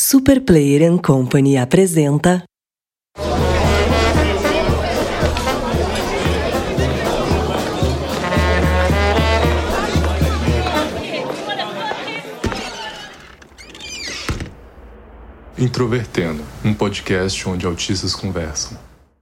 Super Player & Company apresenta... Introvertendo, um podcast onde autistas conversam.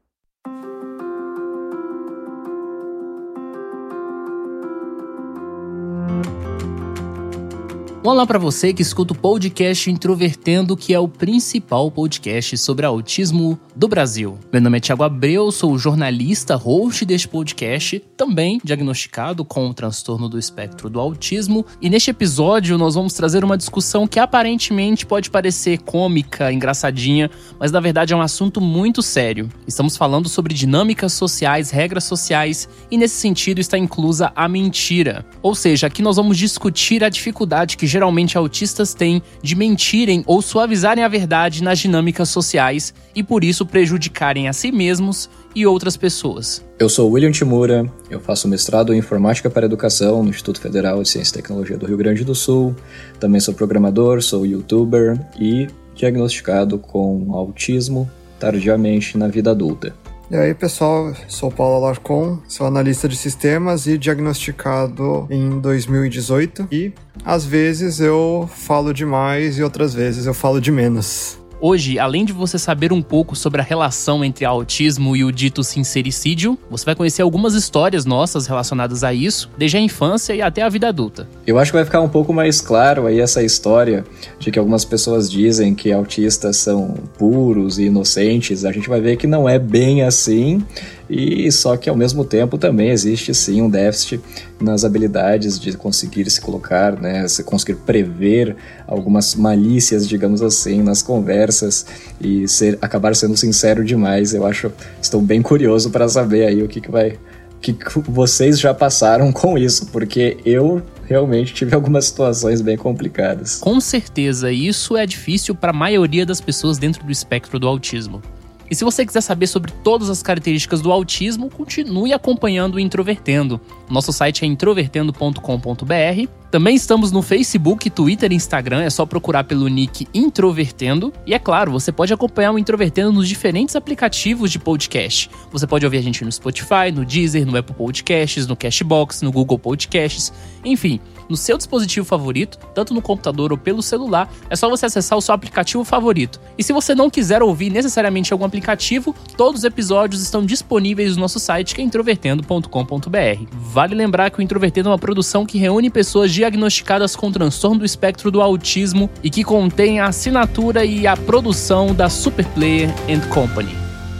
Olá para você que escuta o podcast Introvertendo, que é o principal podcast sobre autismo do Brasil. Meu nome é Thiago Abreu, sou jornalista, host deste podcast, também diagnosticado com o transtorno do espectro do autismo. E neste episódio nós vamos trazer uma discussão que aparentemente pode parecer cômica, engraçadinha, mas na verdade é um assunto muito sério. Estamos falando sobre dinâmicas sociais, regras sociais, e nesse sentido está inclusa a mentira. Ou seja, aqui nós vamos discutir a dificuldade que geralmente autistas têm de mentirem ou suavizarem a verdade nas dinâmicas sociais e por isso prejudicarem a si mesmos e outras pessoas. Eu sou William Timura, eu faço mestrado em Informática para a Educação no Instituto Federal de Ciência e Tecnologia do Rio Grande do Sul. Também sou programador, sou youtuber e diagnosticado com autismo tardiamente na vida adulta. E aí, pessoal, sou Paulo Alarcon, sou analista de sistemas e diagnosticado em 2018. E, às vezes, eu falo demais e outras vezes eu falo de menos. Hoje, além de você saber um pouco sobre a relação entre autismo e o dito sincericídio, você vai conhecer algumas histórias nossas relacionadas a isso, desde a infância e até a vida adulta. Eu acho que vai ficar um pouco mais claro aí essa história de que algumas pessoas dizem que autistas são puros e inocentes. A gente vai ver que não é bem assim, e só que ao mesmo tempo também existe sim um déficit nas habilidades de conseguir se colocar, né, se conseguir prever algumas malícias, digamos assim, nas conversas e acabar sendo sincero demais. Estou bem curioso para saber aí o que vocês já passaram com isso, porque eu realmente tive algumas situações bem complicadas. Com certeza, isso é difícil para a maioria das pessoas dentro do espectro do autismo. E se você quiser saber sobre todas as características do autismo, continue acompanhando o Introvertendo. Nosso site é introvertendo.com.br. Também estamos no Facebook, Twitter e Instagram, é só procurar pelo nick Introvertendo. E é claro, você pode acompanhar o Introvertendo nos diferentes aplicativos de podcast. Você pode ouvir a gente no Spotify, no Deezer, no Apple Podcasts, no Cashbox, no Google Podcasts, enfim, no seu dispositivo favorito, tanto no computador ou pelo celular, é só você acessar o seu aplicativo favorito. E se você não quiser ouvir necessariamente algum aplicativo, todos os episódios estão disponíveis no nosso site, que é introvertendo.com.br. Vale lembrar que o Introvertendo é uma produção que reúne pessoas diagnosticadas com transtorno do espectro do autismo e que contém a assinatura e a produção da Super Player & Company.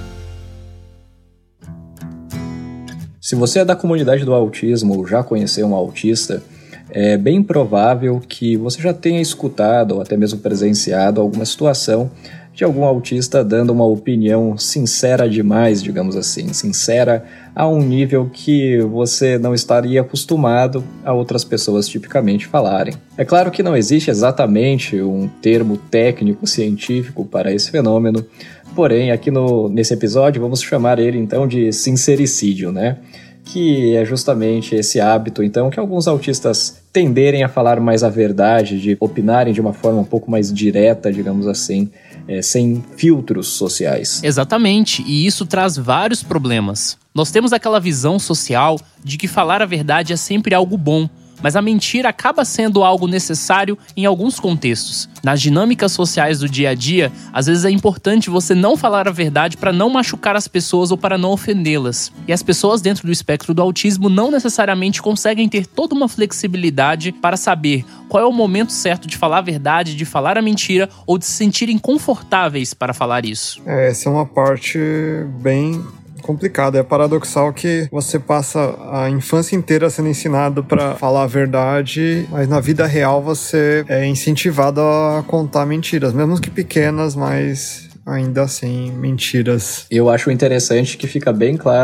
Se você é da comunidade do autismo ou já conheceu um autista, é bem provável que você já tenha escutado ou até mesmo presenciado alguma situação de algum autista dando uma opinião sincera demais, digamos assim, sincera a um nível que você não estaria acostumado a outras pessoas tipicamente falarem. É claro que não existe exatamente um termo técnico científico para esse fenômeno, porém aqui nesse episódio vamos chamar ele então de sincericídio, né? Que é justamente esse hábito, então, que alguns autistas tenderem a falar mais a verdade, de opinarem de uma forma um pouco mais direta, digamos assim, sem filtros sociais. Exatamente, e isso traz vários problemas. Nós temos aquela visão social de que falar a verdade é sempre algo bom, mas a mentira acaba sendo algo necessário em alguns contextos. Nas dinâmicas sociais do dia a dia, às vezes é importante você não falar a verdade para não machucar as pessoas ou para não ofendê-las. E as pessoas dentro do espectro do autismo não necessariamente conseguem ter toda uma flexibilidade para saber qual é o momento certo de falar a verdade, de falar a mentira ou de se sentirem confortáveis para falar isso. Essa é uma parte bem complicado. É paradoxal que você passa a infância inteira sendo ensinado para falar a verdade, mas na vida real você é incentivado a contar mentiras, mesmo que pequenas, mas ainda assim mentiras. Eu acho interessante que fica bem claro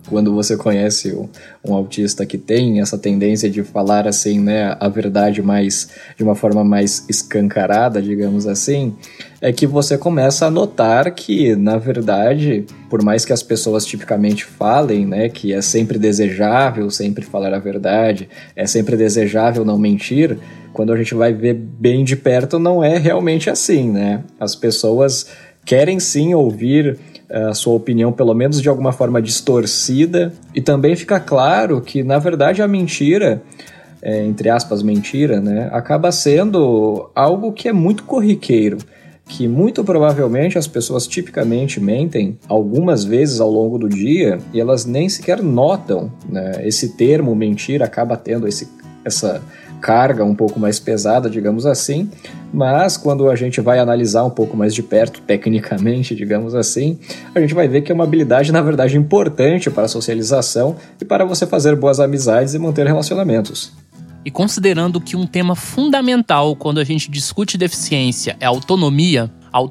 quando você conhece um autista que tem essa tendência de falar assim, né, a verdade de uma forma mais escancarada, digamos assim, é que você começa a notar que, na verdade, por mais que as pessoas tipicamente falem, né, que é sempre desejável sempre falar a verdade, é sempre desejável não mentir, quando a gente vai ver bem de perto não é realmente assim, né? As pessoas querem sim ouvir a sua opinião, pelo menos de alguma forma distorcida, e também fica claro que, na verdade, a mentira, entre aspas, mentira, né, acaba sendo algo que é muito corriqueiro, que muito provavelmente as pessoas tipicamente mentem algumas vezes ao longo do dia e elas nem sequer notam, né? Esse termo mentira acaba tendo essa carga um pouco mais pesada, digamos assim, mas quando a gente vai analisar um pouco mais de perto, tecnicamente, digamos assim, a gente vai ver que é uma habilidade, na verdade, importante para a socialização e para você fazer boas amizades e manter relacionamentos. E considerando que um tema fundamental quando a gente discute deficiência é a autonomia,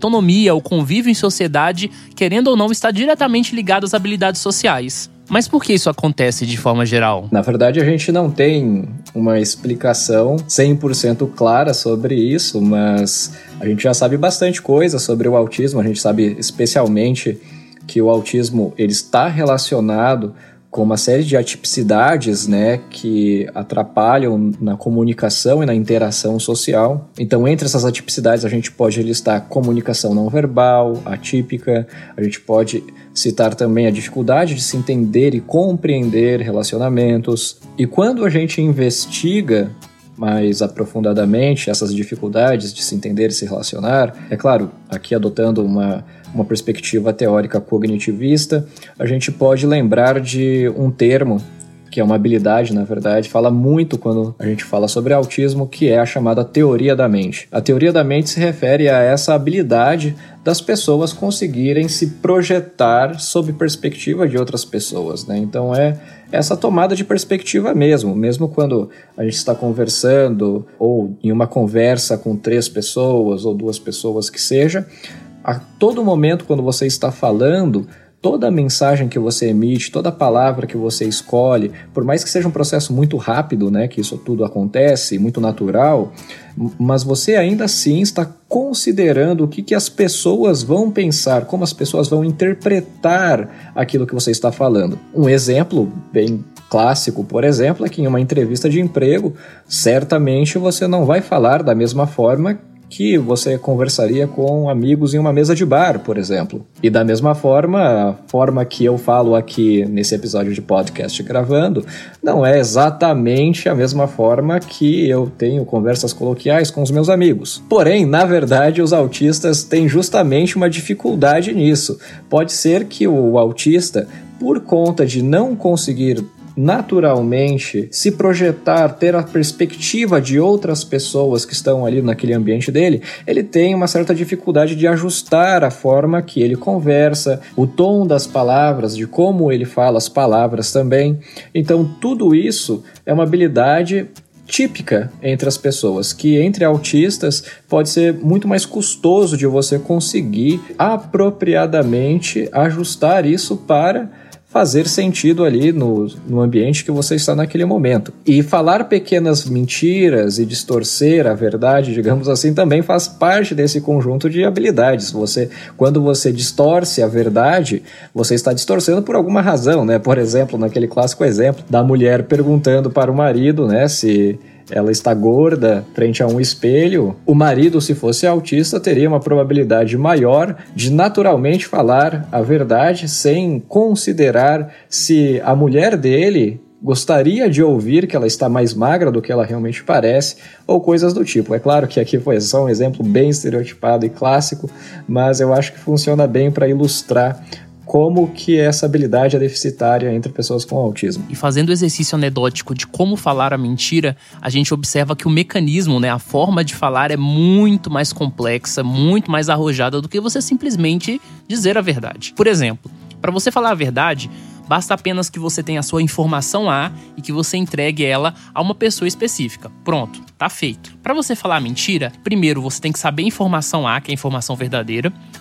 o convívio em sociedade, querendo ou não, está diretamente ligado às habilidades sociais. Mas por que isso acontece de forma geral? Na verdade, a gente não tem uma explicação 100% clara sobre isso, mas a gente já sabe bastante coisa sobre o autismo. A gente sabe especialmente que o autismo ele está relacionado com uma série de atipicidades, né, que atrapalham na comunicação e na interação social. Então, entre essas atipicidades, a gente pode listar comunicação não verbal, atípica, a gente pode citar também a dificuldade de se entender e compreender relacionamentos. E quando a gente investiga mais aprofundadamente essas dificuldades de se entender e se relacionar, é claro, aqui adotando uma perspectiva teórica cognitivista, a gente pode lembrar de um termo, que é uma habilidade, na verdade, fala muito quando a gente fala sobre autismo, que é a chamada teoria da mente. A teoria da mente se refere a essa habilidade das pessoas conseguirem se projetar sob perspectiva de outras pessoas, né? Então é essa tomada de perspectiva mesmo quando a gente está conversando ou em uma conversa com 3 pessoas ou 2 pessoas que seja, a todo momento quando você está falando, toda a mensagem que você emite, toda a palavra que você escolhe, por mais que seja um processo muito rápido, né, que isso tudo acontece, muito natural, mas você ainda assim está considerando o que as pessoas vão pensar, como as pessoas vão interpretar aquilo que você está falando. Um exemplo bem clássico, por exemplo, é que em uma entrevista de emprego, certamente você não vai falar da mesma forma que você conversaria com amigos em uma mesa de bar, por exemplo. E da mesma forma, a forma que eu falo aqui nesse episódio de podcast gravando, não é exatamente a mesma forma que eu tenho conversas coloquiais com os meus amigos. Porém, na verdade, os autistas têm justamente uma dificuldade nisso. Pode ser que o autista, por conta de não conseguir naturalmente se projetar, ter a perspectiva de outras pessoas que estão ali naquele ambiente dele, ele tem uma certa dificuldade de ajustar a forma que ele conversa, o tom das palavras, de como ele fala as palavras também. Então tudo isso é uma habilidade típica entre as pessoas, que entre autistas pode ser muito mais custoso de você conseguir apropriadamente ajustar isso para fazer sentido ali no ambiente que você está naquele momento. E falar pequenas mentiras e distorcer a verdade, digamos assim, também faz parte desse conjunto de habilidades. Quando você distorce a verdade, você está distorcendo por alguma razão, né? Por exemplo, naquele clássico exemplo da mulher perguntando para o marido, né, se ela está gorda frente a um espelho, o marido, se fosse autista, teria uma probabilidade maior de naturalmente falar a verdade sem considerar se a mulher dele gostaria de ouvir que ela está mais magra do que ela realmente parece, ou coisas do tipo. É claro que aqui foi só um exemplo bem estereotipado e clássico, mas eu acho que funciona bem para ilustrar como que essa habilidade é deficitária entre pessoas com autismo. E fazendo o exercício anedótico de como falar a mentira, a gente observa que o mecanismo, né, a forma de falar é muito mais complexa, muito mais arrojada do que você simplesmente dizer a verdade. Por exemplo, para você falar a verdade, basta apenas que você tenha a sua informação A e que você entregue ela a uma pessoa específica. Pronto, tá feito. Para você falar a mentira, primeiro você tem que saber a informação A, que é a informação verdadeira.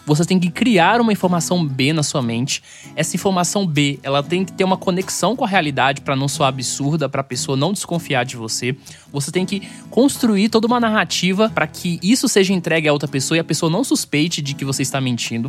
você tem que criar uma informação B na sua mente. Essa informação B, ela tem que ter uma conexão com a realidade para não soar absurda, para a pessoa não desconfiar de você. Você tem que construir toda uma narrativa para que isso seja entregue a outra pessoa e a pessoa não suspeite de que você está mentindo.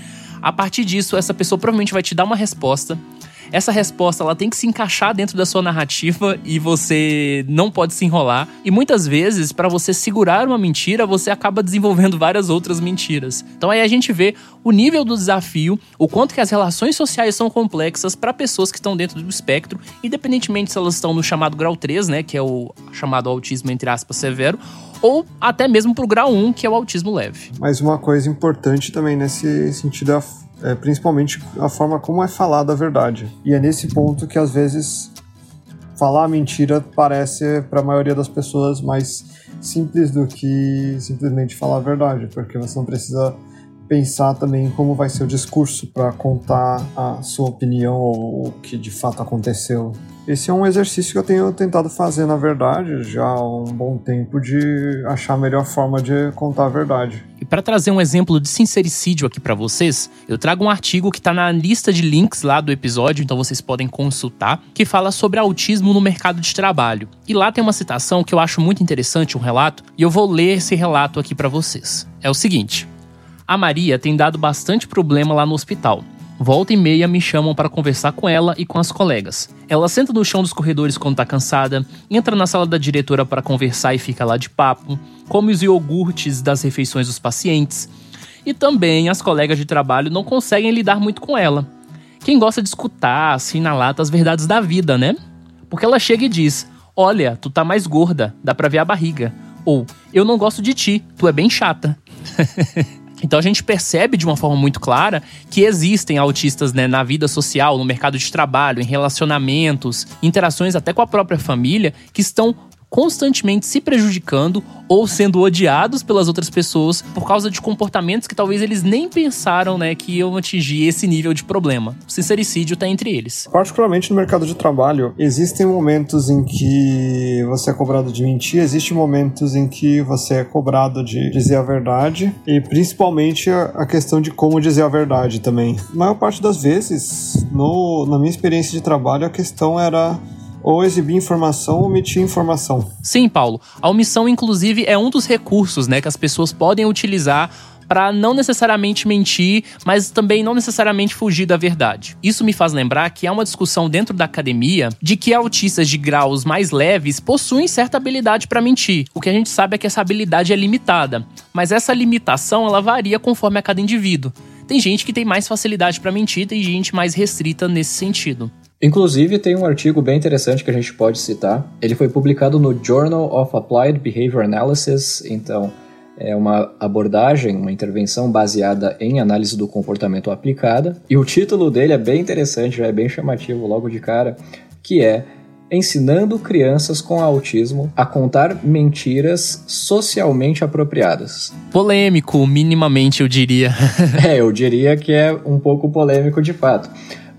A partir disso, essa pessoa provavelmente vai te dar uma resposta. Essa resposta, ela tem que se encaixar dentro da sua narrativa e você não pode se enrolar. E muitas vezes, para você segurar uma mentira, você acaba desenvolvendo várias outras mentiras. Então aí a gente vê o nível do desafio, o quanto que as relações sociais são complexas para pessoas que estão dentro do espectro, independentemente se elas estão no chamado grau 3, né, que é o chamado autismo, entre aspas, severo, ou até mesmo pro grau 1, que é o autismo leve. Mas uma coisa importante também nesse sentido é principalmente a forma como é falada a verdade. E é nesse ponto que às vezes falar a mentira parece para a maioria das pessoas mais simples do que simplesmente falar a verdade, porque você não precisa pensar também como vai ser o discurso para contar a sua opinião ou o que de fato aconteceu. Esse é um exercício que eu tenho tentado fazer, na verdade, já há um bom tempo, de achar a melhor forma de contar a verdade. E para trazer um exemplo de sincericídio aqui para vocês, eu trago um artigo que está na lista de links lá do episódio, então vocês podem consultar, que fala sobre autismo no mercado de trabalho. E lá tem uma citação que eu acho muito interessante, um relato, e eu vou ler esse relato aqui para vocês. É o seguinte: a Maria tem dado bastante problema lá no hospital. Volta e meia me chamam para conversar com ela e com as colegas. Ela senta no chão dos corredores quando tá cansada, entra na sala da diretora para conversar e fica lá de papo, come os iogurtes das refeições dos pacientes. E também as colegas de trabalho não conseguem lidar muito com ela. Quem gosta de escutar, assim na lata, as verdades da vida, né? Porque ela chega e diz: olha, tu tá mais gorda, dá pra ver a barriga. Ou, eu não gosto de ti, tu é bem chata. Então a gente percebe de uma forma muito clara que existem autistas, né, na vida social, no mercado de trabalho, em relacionamentos, interações até com a própria família, que estão constantemente se prejudicando ou sendo odiados pelas outras pessoas por causa de comportamentos que talvez eles nem pensaram, né, que iam atingir esse nível de problema. O sincericídio está entre eles. Particularmente no mercado de trabalho, existem momentos em que você é cobrado de mentir, existem momentos em que você é cobrado de dizer a verdade, e principalmente a questão de como dizer a verdade também. A maior parte das vezes, na minha experiência de trabalho, a questão era ou exibir informação ou omitir informação. Sim, Paulo. A omissão, inclusive, é um dos recursos, né, que as pessoas podem utilizar para não necessariamente mentir, mas também não necessariamente fugir da verdade. Isso me faz lembrar que há uma discussão dentro da academia de que autistas de graus mais leves possuem certa habilidade para mentir. O que a gente sabe é que essa habilidade é limitada, mas essa limitação ela varia conforme a cada indivíduo. Tem gente que tem mais facilidade para mentir, tem gente mais restrita nesse sentido. Inclusive, tem um artigo bem interessante que a gente pode citar. Ele foi publicado no Journal of Applied Behavior Analysis, então é uma abordagem, uma intervenção baseada em análise do comportamento aplicada. E o título dele é bem interessante, já é bem chamativo logo de cara, que é Ensinando Crianças com Autismo a Contar Mentiras Socialmente Apropriadas. Polêmico, minimamente, eu diria. Eu diria que é um pouco polêmico de fato.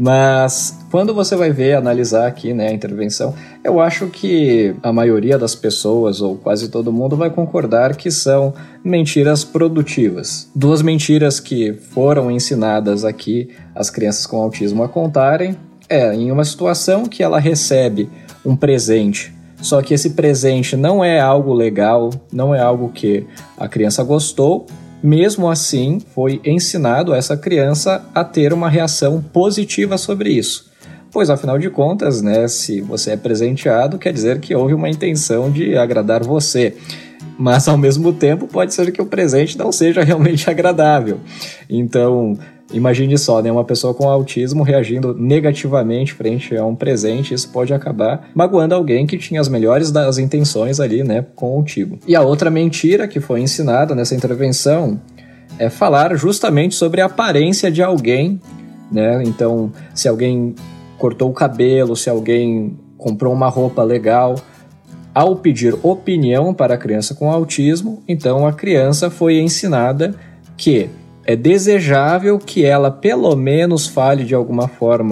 Mas quando você vai ver, analisar aqui, né, a intervenção, eu acho que a maioria das pessoas, ou quase todo mundo, vai concordar que são mentiras produtivas. Duas mentiras que foram ensinadas aqui às crianças com autismo a contarem em uma situação que ela recebe um presente, só que esse presente não é algo legal, não é algo que a criança gostou. Mesmo assim, foi ensinado a essa criança a ter uma reação positiva sobre isso. Pois, afinal de contas, né, se você é presenteado, quer dizer que houve uma intenção de agradar você. Mas, ao mesmo tempo, pode ser que o presente não seja realmente agradável. Então, imagine só, né, uma pessoa com autismo reagindo negativamente frente a um presente, isso pode acabar magoando alguém que tinha as melhores das intenções ali, né, contigo. E a outra mentira que foi ensinada nessa intervenção é falar justamente sobre a aparência de alguém, né? Então, se alguém cortou o cabelo, se alguém comprou uma roupa legal, ao pedir opinião para a criança com autismo, então a criança foi ensinada que é desejável que ela pelo menos fale de alguma forma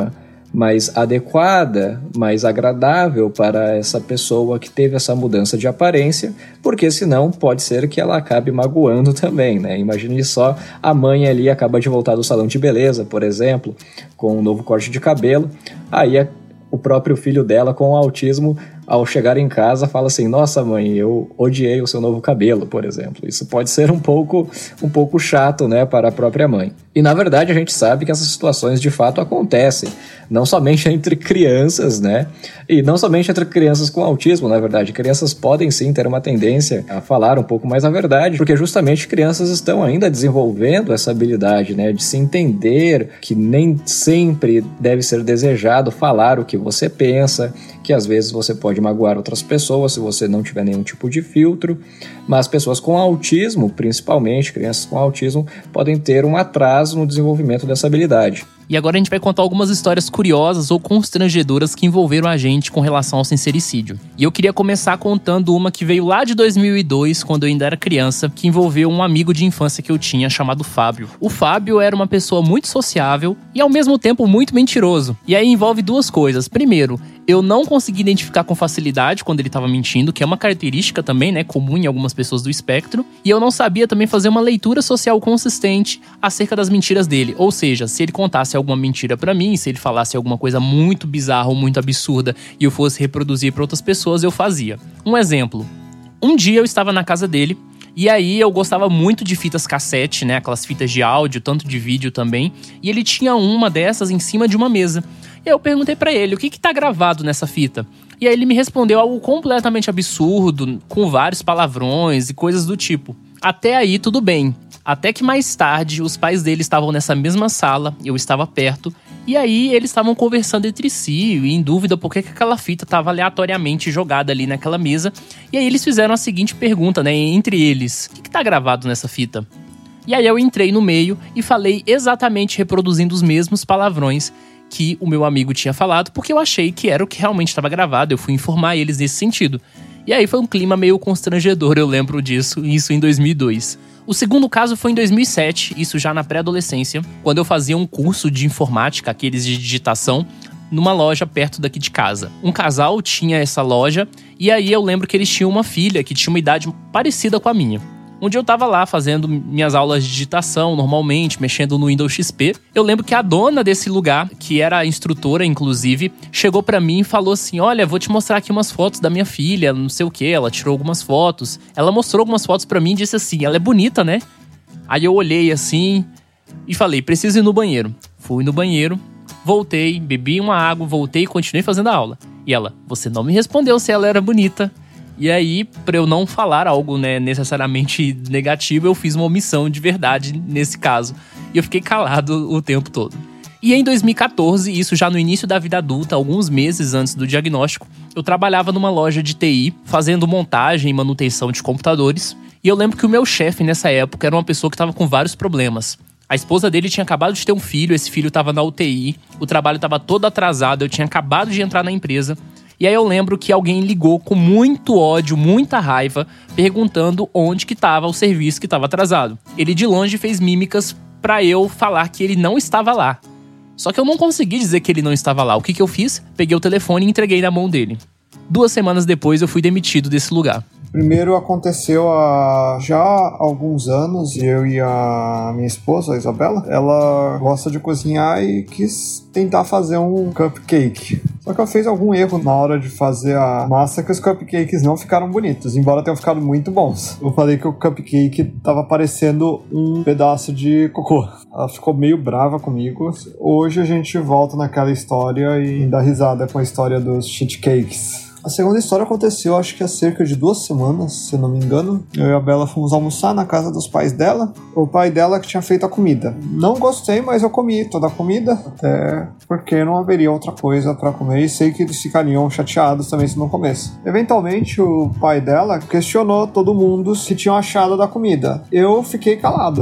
mais adequada, mais agradável para essa pessoa que teve essa mudança de aparência, porque senão pode ser que ela acabe magoando também, né? Imagine só, a mãe ali acaba de voltar do salão de beleza, por exemplo, com um novo corte de cabelo, aí o próprio filho dela com autismo, ao chegar em casa, fala assim: nossa mãe, eu odiei o seu novo cabelo, por exemplo. Isso pode ser um pouco chato, né, para a própria mãe. E na verdade a gente sabe que essas situações de fato acontecem, não somente entre crianças, né, e não somente entre crianças com autismo, na verdade. Crianças podem sim ter uma tendência a falar um pouco mais a verdade, porque justamente crianças estão ainda desenvolvendo essa habilidade, né, de se entender que nem sempre deve ser desejado falar o que você pensa, que às vezes você pode magoar outras pessoas se você não tiver nenhum tipo de filtro, mas pessoas com autismo, principalmente crianças com autismo, podem ter um atraso no desenvolvimento dessa habilidade. E agora a gente vai contar algumas histórias curiosas ou constrangedoras que envolveram a gente com relação ao sincericídio. E eu queria começar contando uma que veio lá de 2002, quando eu ainda era criança, que envolveu um amigo de infância que eu tinha, chamado Fábio. O Fábio era uma pessoa muito sociável e ao mesmo tempo muito mentiroso. E aí envolve duas coisas. Primeiro, eu não consegui identificar com facilidade quando ele estava mentindo, que é uma característica também, né, comum em algumas pessoas do espectro. E eu não sabia também fazer uma leitura social consistente acerca das mentiras dele. Ou seja, se ele contasse alguma mentira pra mim, se ele falasse alguma coisa muito bizarra ou muito absurda e eu fosse reproduzir pra outras pessoas, eu fazia. Um exemplo. Um dia eu estava na casa dele e aí eu gostava muito de fitas cassete, né, aquelas fitas de áudio, tanto de vídeo também, e ele tinha uma dessas em cima de uma mesa. E eu perguntei pra ele, o que tá gravado nessa fita? E aí ele me respondeu algo completamente absurdo, com vários palavrões e coisas do tipo. Até aí tudo bem. Até que mais tarde, os pais dele estavam nessa mesma sala, eu estava perto, e aí eles estavam conversando entre si, em dúvida por que aquela fita estava aleatoriamente jogada ali naquela mesa. E aí eles fizeram a seguinte pergunta, né, entre eles: o que tá gravado nessa fita? E aí eu entrei no meio e falei exatamente reproduzindo os mesmos palavrões que o meu amigo tinha falado, porque eu achei que era o que realmente estava gravado, eu fui informar eles nesse sentido. E aí foi um clima meio constrangedor, eu lembro disso, isso em 2002. O segundo caso foi em 2007, isso já na pré-adolescência, quando eu fazia um curso de informática, aqueles de digitação, numa loja perto daqui de casa. Um casal tinha essa loja, e aí eu lembro que eles tinham uma filha que tinha uma idade parecida com a minha. Um dia eu tava lá fazendo minhas aulas de digitação, normalmente, mexendo no Windows XP. Eu lembro que a dona desse lugar, que era a instrutora, inclusive, chegou pra mim e falou assim: olha, vou te mostrar aqui umas fotos da minha filha, não sei o que. Ela tirou algumas fotos. Ela mostrou algumas fotos pra mim e disse assim: ela é bonita, né? Aí eu olhei assim e falei: preciso ir no banheiro. Fui no banheiro, voltei, bebi uma água, voltei e continuei fazendo a aula. E ela: você não me respondeu se ela era bonita. E aí, pra eu não falar algo, né, necessariamente negativo, eu fiz uma omissão de verdade nesse caso. E eu fiquei calado o tempo todo. E em 2014, isso já no início da vida adulta, alguns meses antes do diagnóstico, eu trabalhava numa loja de TI, fazendo montagem e manutenção de computadores. E eu lembro que o meu chefe nessa época era uma pessoa que estava com vários problemas. A esposa dele tinha acabado de ter um filho, esse filho estava na UTI, o trabalho estava todo atrasado, eu tinha acabado de entrar na empresa. E aí eu lembro que alguém ligou com muito ódio, muita raiva, perguntando onde que estava o serviço que estava atrasado. Ele de longe fez mímicas pra eu falar que ele não estava lá. Só que eu não consegui dizer que ele não estava lá. O que eu fiz? Peguei o telefone e entreguei na mão dele. 2 semanas depois eu fui demitido desse lugar. Primeiro aconteceu há já alguns anos, eu e a minha esposa, a Isabela, ela gosta de cozinhar e quis tentar fazer um cupcake. Só que ela fez algum erro na hora de fazer a massa que os cupcakes não ficaram bonitos, embora tenham ficado muito bons. Eu falei que o cupcake tava parecendo um pedaço de cocô. Ela ficou meio brava comigo. Hoje a gente volta naquela história e dá risada com a história dos shit cakes. A segunda história aconteceu, acho que há cerca de 2 semanas, se eu não me engano. Eu e a Bela fomos almoçar na casa dos pais dela. O pai dela que tinha feito a comida. Não gostei, mas eu comi toda a comida. Até porque não haveria outra coisa pra comer. E sei que eles ficariam chateados também se não comesse. Eventualmente, o pai dela questionou todo mundo se tinham achado da comida. Eu fiquei calado.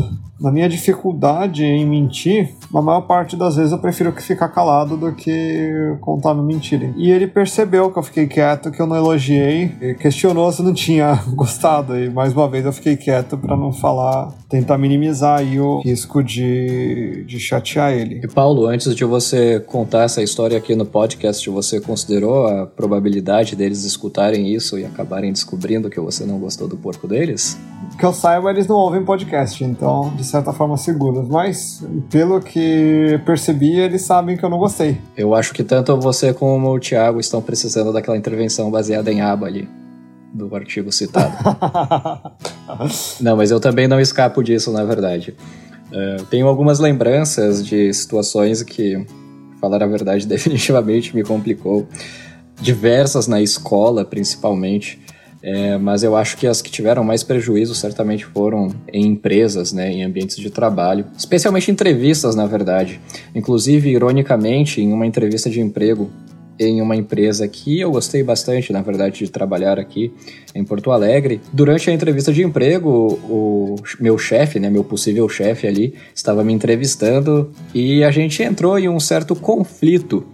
Na minha dificuldade em mentir, na maior parte das vezes eu prefiro ficar calado do que contar uma mentira. E ele percebeu que eu fiquei quieto, que eu não elogiei, e questionou se não tinha gostado. E mais uma vez eu fiquei quieto pra não falar, tentar minimizar aí o risco de chatear ele. E Paulo, antes de você contar essa história aqui no podcast, você considerou a probabilidade deles escutarem isso e acabarem descobrindo que você não gostou do porco deles? Que eu saiba, eles não ouvem podcast, então, de certa forma, seguros. Mas, pelo que percebi, eles sabem que eu não gostei. Eu acho que tanto você como o Thiago estão precisando daquela intervenção baseada em aba ali, do artigo citado. Não, mas eu também não escapo disso, na verdade. Tenho algumas lembranças de situações que, falar a verdade, definitivamente me complicou. Diversas na escola, principalmente. Mas eu acho que as que tiveram mais prejuízo certamente foram em empresas, né, em ambientes de trabalho, especialmente entrevistas, na verdade. Inclusive, ironicamente, em uma entrevista de emprego em uma empresa que eu gostei bastante, na verdade, de trabalhar aqui em Porto Alegre, durante a entrevista de emprego, o meu chefe, né, meu possível chefe ali, estava me entrevistando e a gente entrou em um certo conflito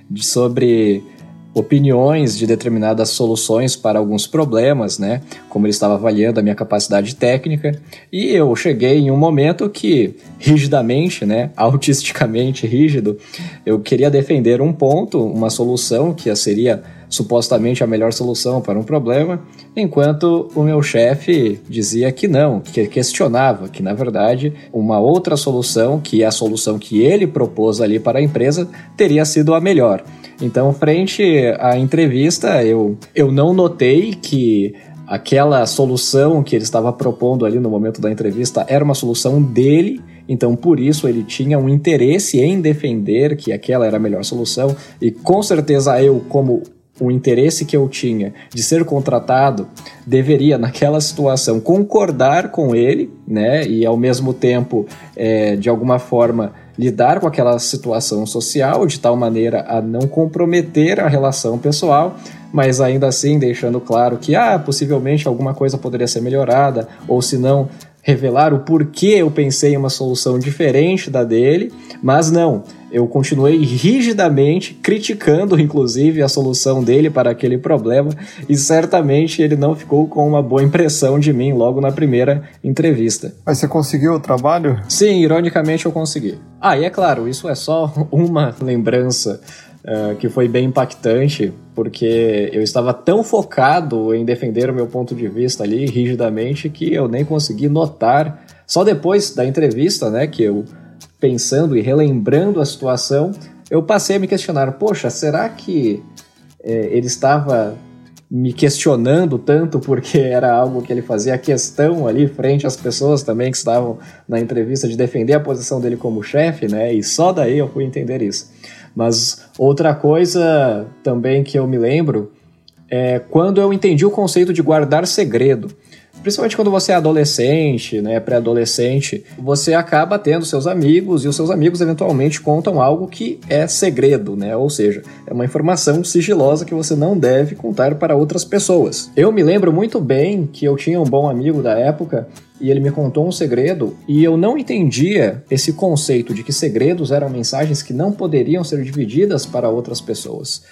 sobre opiniões de determinadas soluções para alguns problemas, né? Como ele estava avaliando a minha capacidade técnica, e eu cheguei em um momento que, rigidamente, né, autisticamente rígido, eu queria defender um ponto, uma solução que seria supostamente a melhor solução para um problema, enquanto o meu chefe dizia que não, que questionava, que na verdade uma outra solução, que é a solução que ele propôs ali para a empresa, teria sido a melhor. Então, frente à entrevista, eu não notei que aquela solução que ele estava propondo ali no momento da entrevista era uma solução dele, então por isso ele tinha um interesse em defender que aquela era a melhor solução, e com certeza eu, como o interesse que eu tinha de ser contratado, deveria, naquela situação, concordar com ele, né, e ao mesmo tempo, de alguma forma, lidar com aquela situação social de tal maneira a não comprometer a relação pessoal, mas ainda assim deixando claro que possivelmente alguma coisa poderia ser melhorada, ou se não, revelar o porquê eu pensei em uma solução diferente da dele, mas não, eu continuei rigidamente criticando, inclusive, a solução dele para aquele problema, e certamente ele não ficou com uma boa impressão de mim logo na primeira entrevista. Mas você conseguiu o trabalho? Sim, ironicamente eu consegui. E é claro, isso é só uma lembrança que foi bem impactante, porque eu estava tão focado em defender o meu ponto de vista ali, rigidamente, que eu nem consegui notar, só depois da entrevista, né, que eu, pensando e relembrando a situação, eu passei a me questionar, poxa, será que ele estava me questionando tanto porque era algo que ele fazia questão ali frente às pessoas também que estavam na entrevista de defender a posição dele como chefe, né? E só daí eu fui entender isso. Mas outra coisa também que eu me lembro é quando eu entendi o conceito de guardar segredo. Principalmente quando você é adolescente, né, pré-adolescente, você acaba tendo seus amigos e os seus amigos eventualmente contam algo que é segredo, né? Ou seja, é uma informação sigilosa que você não deve contar para outras pessoas. Eu me lembro muito bem que eu tinha um bom amigo da época e ele me contou um segredo e eu não entendia esse conceito de que segredos eram mensagens que não poderiam ser divididas para outras pessoas.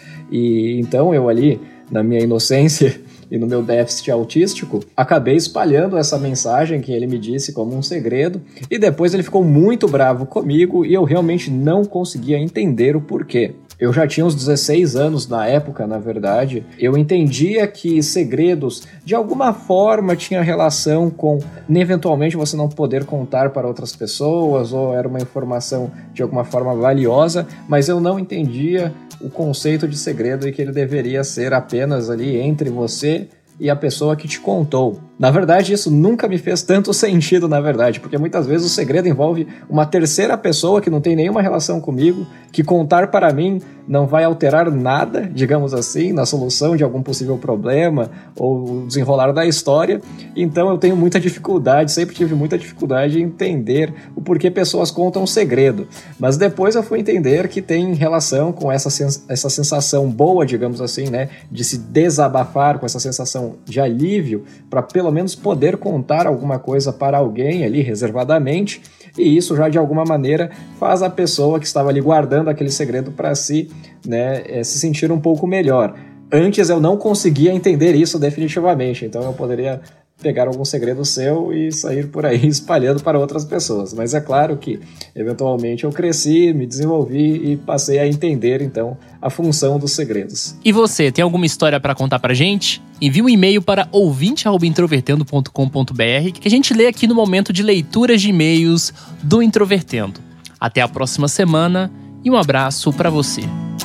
E então eu ali, na minha inocência e no meu déficit autístico, acabei espalhando essa mensagem que ele me disse como um segredo, e depois ele ficou muito bravo comigo e eu realmente não conseguia entender o porquê. Eu já tinha uns 16 anos na época, na verdade. Eu entendia que segredos, de alguma forma, tinham relação com, eventualmente, você não poder contar para outras pessoas, ou era uma informação, de alguma forma, valiosa, mas eu não entendia o conceito de segredo e que ele deveria ser apenas ali entre você e a pessoa que te contou. Na verdade, isso nunca me fez tanto sentido, na verdade, porque muitas vezes o segredo envolve uma terceira pessoa que não tem nenhuma relação comigo, que contar para mim não vai alterar nada, digamos assim, na solução de algum possível problema ou desenrolar da história. Então eu tenho muita dificuldade, sempre tive muita dificuldade em entender o porquê pessoas contam segredo. Mas depois eu fui entender que tem relação com essa sensação boa, digamos assim, né, de se desabafar, com essa sensação de alívio, para pelo pelo menos poder contar alguma coisa para alguém ali reservadamente, e isso já de alguma maneira faz a pessoa que estava ali guardando aquele segredo para si, né, se sentir um pouco melhor. Antes eu não conseguia entender isso definitivamente, então eu poderia pegar algum segredo seu e sair por aí espalhando para outras pessoas. Mas é claro que, eventualmente, eu cresci, me desenvolvi e passei a entender, então, a função dos segredos. E você, tem alguma história para contar pra gente? Envie um e-mail para ouvinte@introvertendo.com.br que a gente lê aqui no momento de leituras de e-mails do Introvertendo. Até a próxima semana e um abraço para você.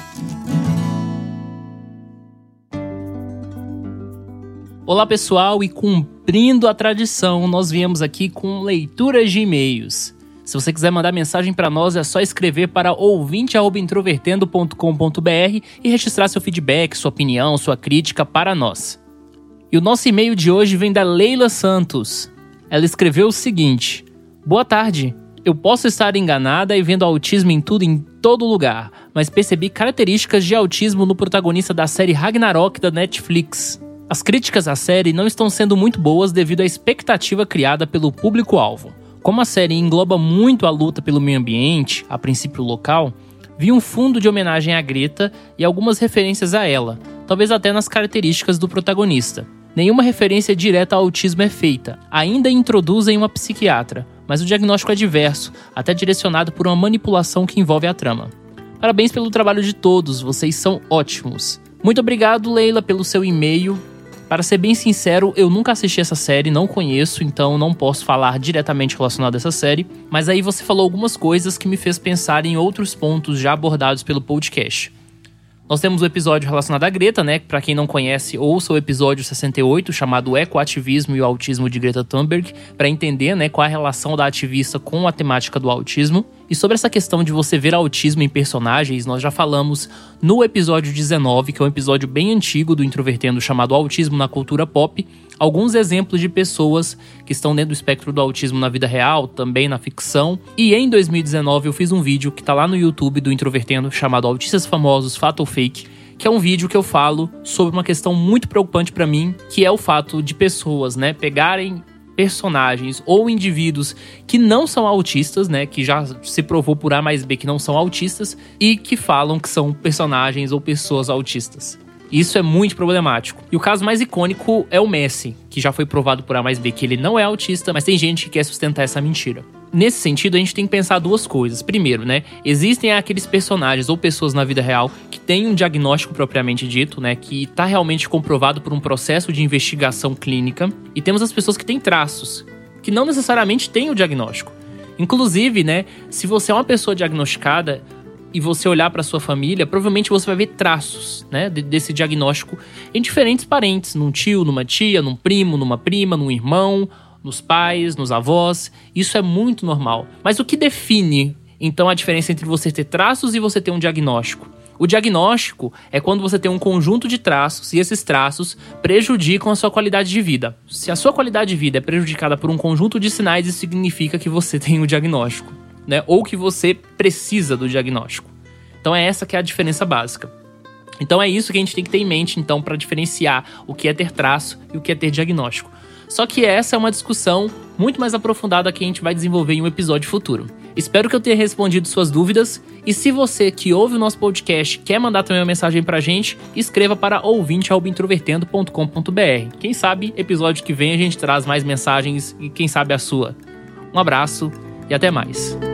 Olá pessoal, e cumprindo a tradição, nós viemos aqui com leituras de e-mails. Se você quiser mandar mensagem para nós, é só escrever para ouvinte@introvertendo.com.br e registrar seu feedback, sua opinião, sua crítica para nós. E o nosso e-mail de hoje vem da Leila Santos. Ela escreveu o seguinte: boa tarde, eu posso estar enganada e vendo autismo em tudo, em todo lugar, mas percebi características de autismo no protagonista da série Ragnarok da Netflix. As críticas à série não estão sendo muito boas devido à expectativa criada pelo público-alvo. Como a série engloba muito a luta pelo meio ambiente, a princípio local, vi um fundo de homenagem à Greta e algumas referências a ela, talvez até nas características do protagonista. Nenhuma referência direta ao autismo é feita, ainda introduzem uma psiquiatra, mas o diagnóstico é diverso, até direcionado por uma manipulação que envolve a trama. Parabéns pelo trabalho de todos, vocês são ótimos. Muito obrigado, Leila, pelo seu e-mail. Para ser bem sincero, eu nunca assisti essa série, não conheço, então não posso falar diretamente relacionado a essa série, mas aí você falou algumas coisas que me fez pensar em outros pontos já abordados pelo podcast. Nós temos o episódio relacionado à Greta, né? Pra quem não conhece, ouça o episódio 68, chamado O Ecoativismo e o Autismo de Greta Thunberg, para entender, né, qual é a relação da ativista com a temática do autismo. E sobre essa questão de você ver autismo em personagens, nós já falamos no episódio 19, que é um episódio bem antigo do Introvertendo, chamado Autismo na Cultura Pop, alguns exemplos de pessoas que estão dentro do espectro do autismo na vida real, também na ficção. E em 2019 eu fiz um vídeo que tá lá no YouTube do Introvertendo, chamado Autistas Famosos, Fato ou Fake, que é um vídeo que eu falo sobre uma questão muito preocupante pra mim, que é o fato de pessoas, né, pegarem personagens ou indivíduos que não são autistas, né, que já se provou por A mais B que não são autistas, e que falam que são personagens ou pessoas autistas. Isso é muito problemático. E o caso mais icônico é o Messi, que já foi provado por A mais B que ele não é autista, mas tem gente que quer sustentar essa mentira. Nesse sentido, a gente tem que pensar duas coisas. Primeiro, né, existem aqueles personagens ou pessoas na vida real que têm um diagnóstico propriamente dito, né, que está realmente comprovado por um processo de investigação clínica. E temos as pessoas que têm traços, que não necessariamente têm o diagnóstico. Inclusive, né, se você é uma pessoa diagnosticada e você olhar para sua família, provavelmente você vai ver traços, né, desse diagnóstico em diferentes parentes, num tio, numa tia, num primo, numa prima, num irmão, nos pais, nos avós. Isso é muito normal. Mas o que define, então, a diferença entre você ter traços e você ter um diagnóstico? O diagnóstico é quando você tem um conjunto de traços e esses traços prejudicam a sua qualidade de vida. Se a sua qualidade de vida é prejudicada por um conjunto de sinais, isso significa que você tem um diagnóstico, né? Ou que você precisa do diagnóstico. Então é essa que é a diferença básica. Então é isso que a gente tem que ter em mente, então, para diferenciar o que é ter traço e o que é ter diagnóstico. Só que essa é uma discussão muito mais aprofundada que a gente vai desenvolver em um episódio futuro. Espero que eu tenha respondido suas dúvidas, e se você que ouve o nosso podcast quer mandar também uma mensagem pra gente, escreva para ouvinte@introvertendo.com.br. Quem sabe, episódio que vem a gente traz mais mensagens e quem sabe a sua. Um abraço e até mais.